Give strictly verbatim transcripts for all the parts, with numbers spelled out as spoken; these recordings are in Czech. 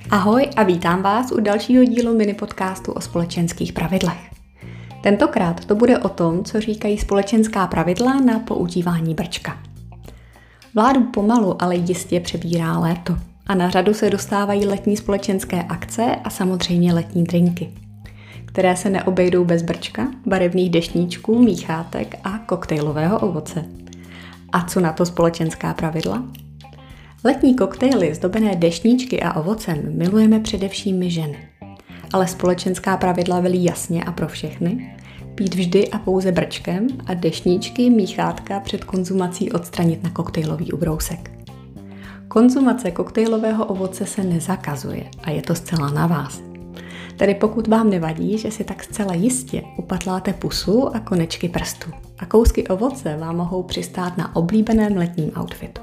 Ahoj a vítám vás u dalšího dílu mini podcastu o společenských pravidlech. Tentokrát to bude o tom, co říkají společenská pravidla na používání brčka. Vládu pomalu, ale jistě přebírá léto a na řadu se dostávají letní společenské akce a samozřejmě letní drinky, které se neobejdou bez brčka, barevných deštníčků, míchátek a koktejlového ovoce. A co na to společenská pravidla? Letní koktejly zdobené deštníčky a ovocem milujeme především my ženy. Ale společenská pravidla velí jasně a pro všechny. Pít vždy a pouze brčkem a deštníčky, míchátka před konzumací odstranit na koktejlový ubrousek. Konzumace koktejlového ovoce se nezakazuje a je to zcela na vás. Tedy pokud vám nevadí, že si tak zcela jistě upatláte pusu a konečky prstů a kousky ovoce vám mohou přistát na oblíbeném letním outfitu.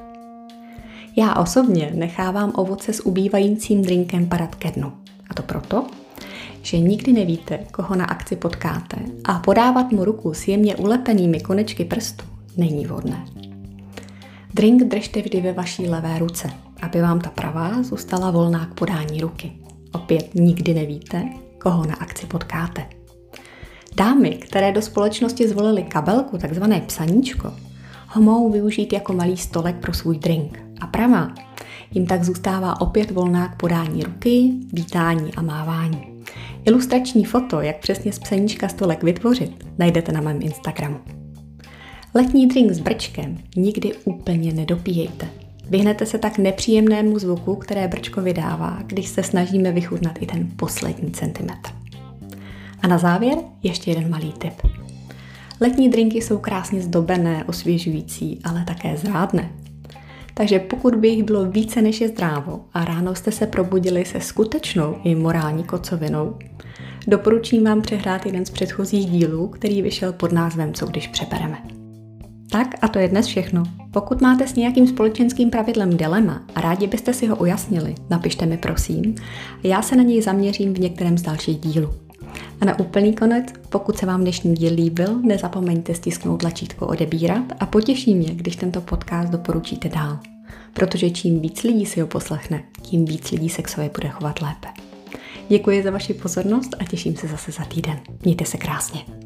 Já osobně nechávám ovoce s ubývajícím drinkem padat ke dnu. A to proto, že nikdy nevíte, koho na akci potkáte a podávat mu ruku s jemně ulepenými konečky prstů není vhodné. Drink držte vždy ve vaší levé ruce, aby vám ta pravá zůstala volná k podání ruky. Opět nikdy nevíte, koho na akci potkáte. Dámy, které do společnosti zvolily kabelku, takzvané psaníčko, ho mohou využít jako malý stolek pro svůj drink. A pravá jim tak zůstává opět volná k podání ruky, vítání a mávání. Ilustrační foto, jak přesně z psaníčka stolek vytvořit, najdete na mém Instagramu. Letní drink s brčkem nikdy úplně nedopíjejte. Vyhnete se tak nepříjemnému zvuku, které brčko vydává, když se snažíme vychutnat i ten poslední centimetr. A na závěr ještě jeden malý tip. Letní drinky jsou krásně zdobené, osvěžující, ale také zrádné. Takže pokud by jich bylo více než je zdrávo a ráno jste se probudili se skutečnou i morální kocovinou, doporučím vám přehrát jeden z předchozích dílů, který vyšel pod názvem Co když přebereme. Tak a to je dnes všechno. Pokud máte s nějakým společenským pravidlem dilema a rádi byste si ho ujasnili, napište mi prosím a já se na něj zaměřím v některém z dalších dílů. A na úplný konec, pokud se vám dnešní díl líbil, nezapomeňte stisknout tlačítko odebírat a potěší mě, když tento podcast doporučíte dál. Protože čím víc lidí si ho poslechne, tím víc lidí se k sobě bude chovat lépe. Děkuji za vaši pozornost a těším se zase za týden. Mějte se krásně.